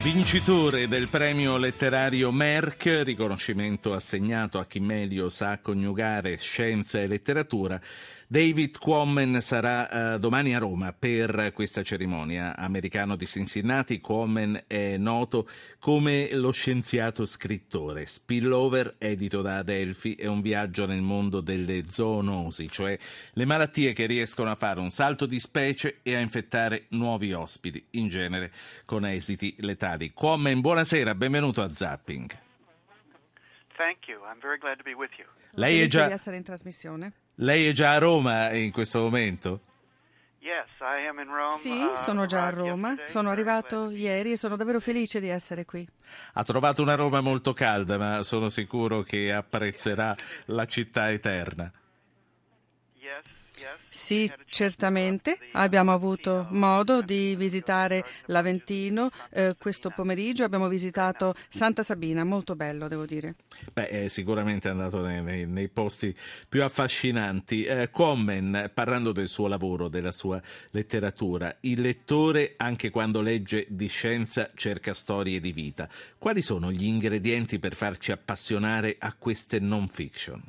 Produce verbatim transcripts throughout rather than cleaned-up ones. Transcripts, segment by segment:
Vincitore del premio letterario Merck, riconoscimento assegnato a chi meglio sa coniugare scienza e letteratura, David Quammen sarà uh, domani a Roma per questa cerimonia. Americano di Cincinnati, Quammen è noto come lo scienziato scrittore. Spillover, edito da Adelphi, è un viaggio nel mondo delle zoonosi, cioè le malattie che riescono a fare un salto di specie e a infettare nuovi ospiti, in genere con esiti letali. Quammen, buonasera, benvenuto a Zapping. Thank you. I'm very glad to be with you. Lei è già di essere in trasmissione? Lei è già a Roma in questo momento? Yes, I am in Rome. Sì, sono già a Roma, sono arrivato ieri e sono davvero felice di essere qui. Ha trovato una Roma molto calda, ma sono sicuro che apprezzerà la città eterna. Sì, certamente. Abbiamo avuto modo di visitare l'Aventino eh, questo pomeriggio. Abbiamo visitato Santa Sabina, molto bello, devo dire. Beh, è sicuramente andato nei, nei, nei posti più affascinanti. Eh, Quammen, parlando del suo lavoro, della sua letteratura, il lettore, anche quando legge di scienza, cerca storie di vita. Quali sono gli ingredienti per farci appassionare a queste non-fiction?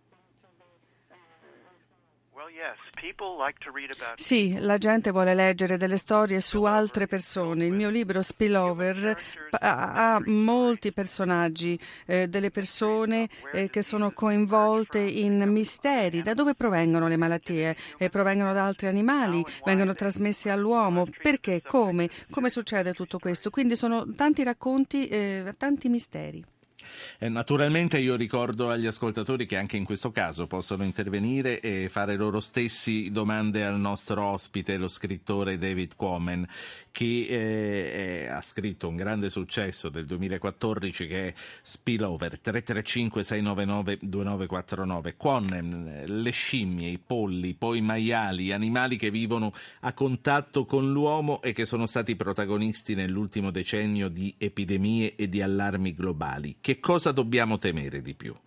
Sì, la gente vuole leggere delle storie su altre persone. Il mio libro Spillover ha molti personaggi, eh, delle persone eh, che sono coinvolte in misteri. Da dove provengono le malattie? Eh, provengono da altri animali? Vengono trasmesse all'uomo? Perché? Come? Come succede tutto questo? Quindi sono tanti racconti, eh, tanti misteri. Eh, naturalmente io ricordo agli ascoltatori che anche in questo caso possono intervenire e fare loro stessi domande al nostro ospite, lo scrittore David Quammen, che eh, è, ha scritto un grande successo del duemilaquattordici che è Spillover. Tre tre cinque sei nove nove due nove quattro nove. Quammen, le scimmie, i polli, poi i maiali, animali che vivono a contatto con l'uomo e che sono stati protagonisti nell'ultimo decennio di epidemie e di allarmi globali. Che cosa dobbiamo temere di più?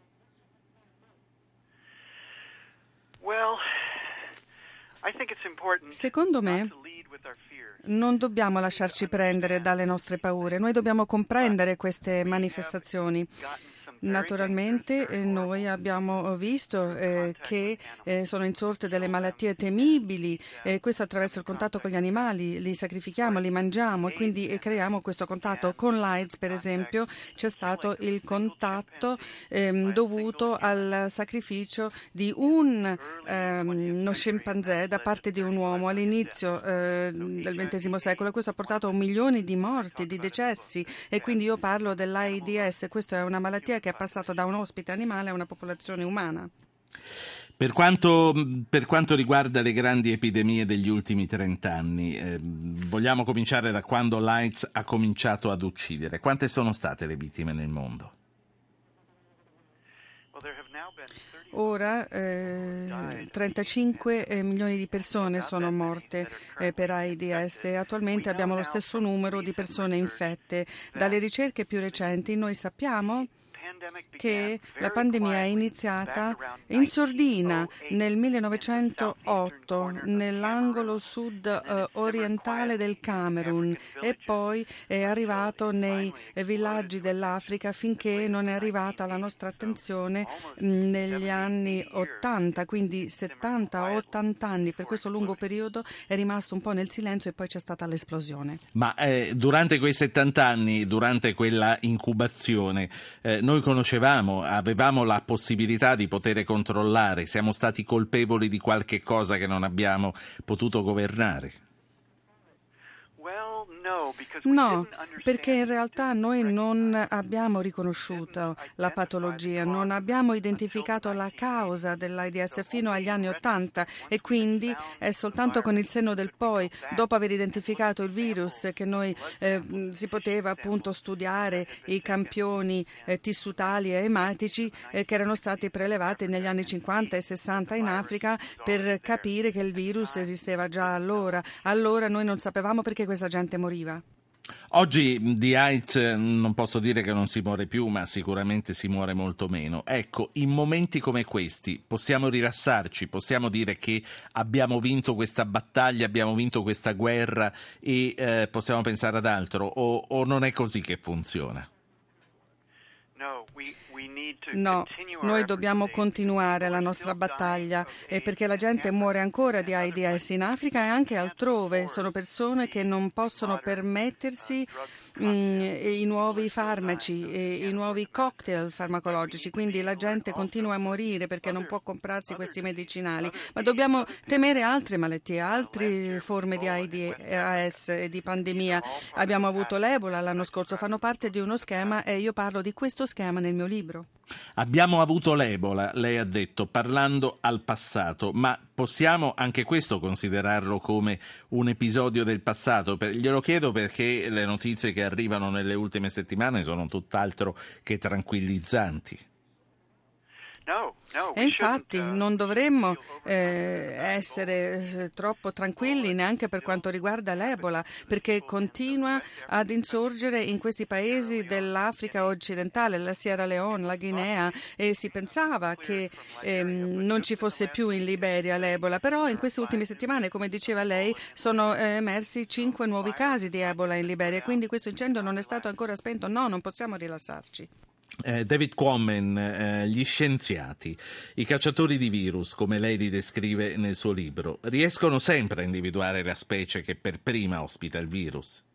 Secondo me non dobbiamo lasciarci prendere dalle nostre paure, noi dobbiamo comprendere queste manifestazioni. Naturalmente eh, noi abbiamo visto eh, che eh, sono insorte delle malattie temibili, eh, questo attraverso il contatto con gli animali, li sacrifichiamo, li mangiamo e quindi eh, creiamo questo contatto. Con l'AIDS, per esempio, c'è stato il contatto ehm, dovuto al sacrificio di un, ehm, uno scimpanzé da parte di un uomo all'inizio eh, del ventesimo secolo, e questo ha portato a milioni di morti, di decessi, e quindi io parlo dell'AIDS. Questa è una malattia che è passato da un ospite animale a una popolazione umana. Per quanto, per quanto riguarda le grandi epidemie degli ultimi trent'anni, eh, vogliamo cominciare da quando l'AIDS ha cominciato ad uccidere. Quante sono state le vittime nel mondo? Ora eh, trentacinque milioni di persone sono morte eh, per AIDS e attualmente abbiamo lo stesso numero di persone infette. Dalle ricerche più recenti noi sappiamo che la pandemia è iniziata in sordina nel millenovecentootto nell'angolo sud-orientale del Camerun e poi è arrivato nei villaggi dell'Africa finché non è arrivata la nostra attenzione negli anni ottanta, quindi settanta ottanta anni. Per questo lungo periodo è rimasto un po' nel silenzio e poi c'è stata l'esplosione. Ma eh, durante quei settanta anni, durante quella incubazione, eh, noi conoscevamo, avevamo la possibilità di poter controllare, siamo stati colpevoli di qualche cosa che non abbiamo potuto governare? No, perché in realtà noi non abbiamo riconosciuto la patologia, non abbiamo identificato la causa dell'AIDS fino agli anni Ottanta e quindi è soltanto con il senno del poi, dopo aver identificato il virus, che noi eh, si poteva appunto studiare i campioni eh, tissutali e ematici eh, che erano stati prelevati negli anni cinquanta e sessanta in Africa per capire che il virus esisteva già allora. Allora noi non sapevamo perché questa gente moriva. Oggi di AIDS non posso dire che non si muore più, ma sicuramente si muore molto meno. Ecco, in momenti come questi possiamo rilassarci, possiamo dire che abbiamo vinto questa battaglia, abbiamo vinto questa guerra e eh, possiamo pensare ad altro, o, o non è così che funziona? No, noi dobbiamo continuare la nostra battaglia eh, perché la gente muore ancora di AIDS in Africa e anche altrove. Sono persone che non possono permettersi mh, i nuovi farmaci, e i nuovi cocktail farmacologici, quindi la gente continua a morire perché non può comprarsi questi medicinali. Ma dobbiamo temere altre malattie, altre forme di AIDS e di pandemia. Abbiamo avuto l'Ebola l'anno scorso, fanno parte di uno schema e io parlo di questo schema nel mio libro. Abbiamo avuto l'Ebola, lei ha detto, parlando al passato, ma possiamo anche questo considerarlo come un episodio del passato? Glielo chiedo perché le notizie che arrivano nelle ultime settimane sono tutt'altro che tranquillizzanti. E infatti non dovremmo eh, essere troppo tranquilli neanche per quanto riguarda l'Ebola, perché continua ad insorgere in questi paesi dell'Africa occidentale, la Sierra Leone, la Guinea, e si pensava che eh, non ci fosse più in Liberia l'Ebola, però in queste ultime settimane, come diceva lei, sono eh, emersi cinque nuovi casi di Ebola in Liberia, quindi questo incendio non è stato ancora spento. No, non possiamo rilassarci. Eh, David Quammen, eh, gli scienziati, i cacciatori di virus, come lei li descrive nel suo libro, riescono sempre a individuare la specie che per prima ospita il virus?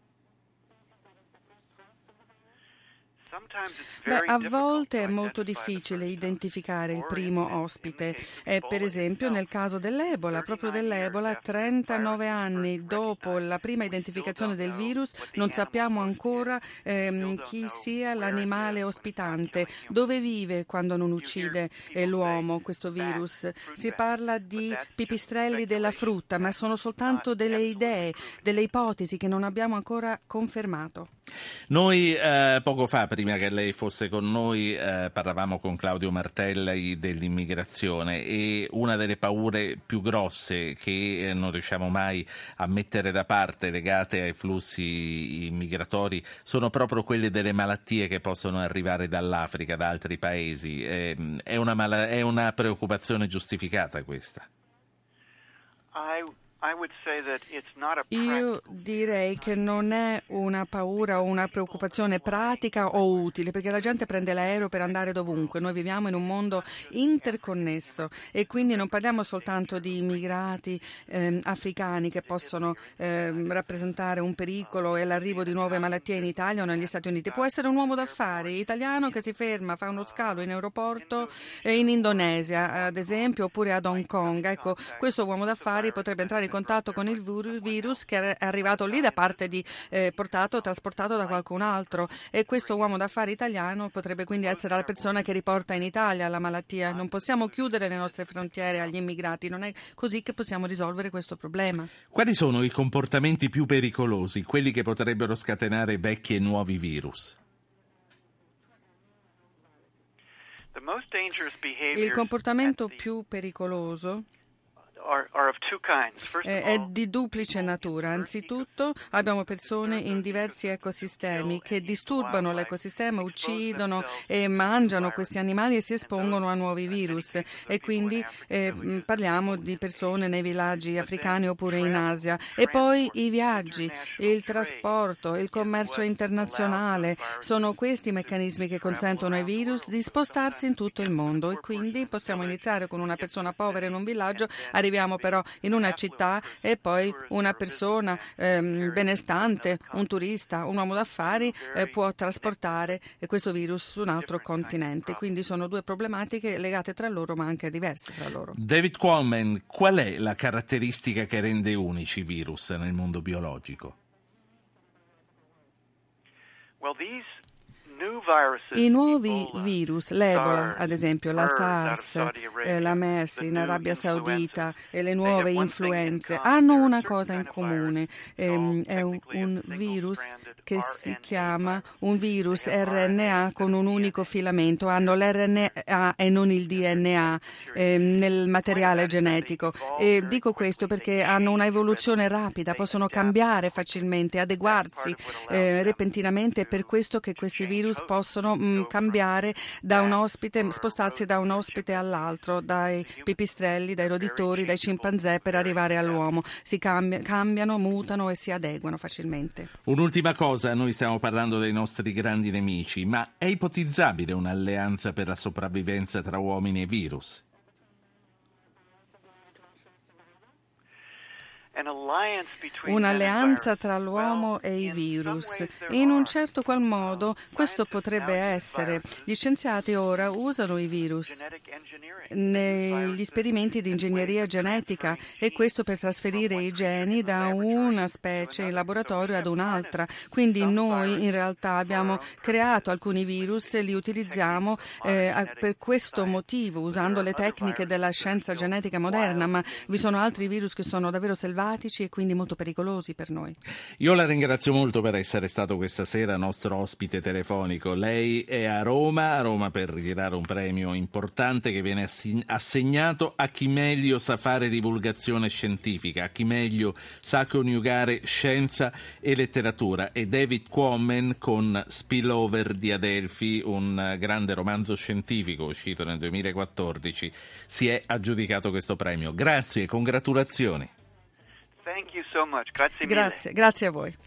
Beh, a volte è molto difficile identificare il primo ospite. Eh, per esempio nel caso dell'Ebola, proprio dell'Ebola, trentanove anni dopo la prima identificazione del virus non sappiamo ancora ehm, chi sia l'animale ospitante, dove vive quando non uccide eh, l'uomo questo virus. Si parla di pipistrelli della frutta, ma sono soltanto delle idee, delle ipotesi che non abbiamo ancora confermato. Noi eh, poco fa, prima che lei fosse con noi, eh, parlavamo con Claudio Martelli dell'immigrazione e una delle paure più grosse che eh, non riusciamo mai a mettere da parte legate ai flussi migratori sono proprio quelle delle malattie che possono arrivare dall'Africa, da altri paesi. Eh, è una mala- è una preoccupazione giustificata questa? I... Io direi che non è una paura o una preoccupazione pratica o utile, perché la gente prende l'aereo per andare dovunque. Noi viviamo in un mondo interconnesso e quindi non parliamo soltanto di immigrati eh, africani che possono eh, rappresentare un pericolo e l'arrivo di nuove malattie in Italia o negli Stati Uniti. Può essere un uomo d'affari italiano che si ferma, fa uno scalo in aeroporto eh, in Indonesia, ad esempio, oppure ad Hong Kong. Ecco, questo uomo d'affari potrebbe entrare in contatto con il virus che è arrivato lì da parte di eh, portato trasportato da qualcun altro, e questo uomo d'affari italiano potrebbe quindi essere la persona che riporta in Italia la malattia. Non possiamo chiudere le nostre frontiere agli immigrati, non è così che possiamo risolvere questo problema. Quali sono i comportamenti più pericolosi, quelli che potrebbero scatenare vecchi e nuovi virus? Il comportamento più pericoloso è di duplice natura. Anzitutto abbiamo persone in diversi ecosistemi che disturbano l'ecosistema, uccidono e mangiano questi animali e si espongono a nuovi virus, e quindi eh, parliamo di persone nei villaggi africani oppure in Asia. E poi i viaggi, il trasporto, il commercio internazionale, sono questi meccanismi che consentono ai virus di spostarsi in tutto il mondo, e quindi possiamo iniziare con una persona povera in un villaggio, arriviamo però in una città e poi una persona ehm, benestante, un turista, un uomo d'affari eh, può trasportare questo virus su un altro continente. Quindi sono due problematiche legate tra loro ma anche diverse tra loro. David Quammen, qual è la caratteristica che rende unici i virus nel mondo biologico? I nuovi virus, l'Ebola ad esempio, la SARS, eh, la MERS in Arabia Saudita e le nuove influenze, hanno una cosa in comune, ehm, è un, un virus che si chiama un virus R N A con un unico filamento, hanno l'R N A e non il D N A ehm, nel materiale genetico. E dico questo perché hanno una evoluzione rapida, possono cambiare facilmente, adeguarsi eh, repentinamente, è per questo che questi virus possono mh, cambiare da un ospite, spostarsi da un ospite all'altro, dai pipistrelli, dai roditori, dai scimpanzé per arrivare all'uomo. Si cambi- cambiano, mutano e si adeguano facilmente. Un'ultima cosa, noi stiamo parlando dei nostri grandi nemici, ma è ipotizzabile un'alleanza per la sopravvivenza tra uomini e virus? Un'alleanza tra l'uomo e i virus. In un certo qual modo questo potrebbe essere. Gli scienziati ora usano i virus negli esperimenti di ingegneria genetica e questo per trasferire i geni da una specie in laboratorio ad un'altra. Quindi noi in realtà abbiamo creato alcuni virus e li utilizziamo eh, per questo motivo, usando le tecniche della scienza genetica moderna, ma vi sono altri virus che sono davvero selvatici e quindi molto pericolosi per noi. Io la ringrazio molto per essere stato questa sera nostro ospite telefonico. Lei è a Roma, a Roma per ritirare un premio importante che viene assegnato a chi meglio sa fare divulgazione scientifica, a chi meglio sa coniugare scienza e letteratura. E David Quammen con Spillover di Adelphi, un grande romanzo scientifico uscito nel duemilaquattordici, si è aggiudicato questo premio. Grazie e congratulazioni. Thank you so much. Grazie mille. Grazie, grazie a voi.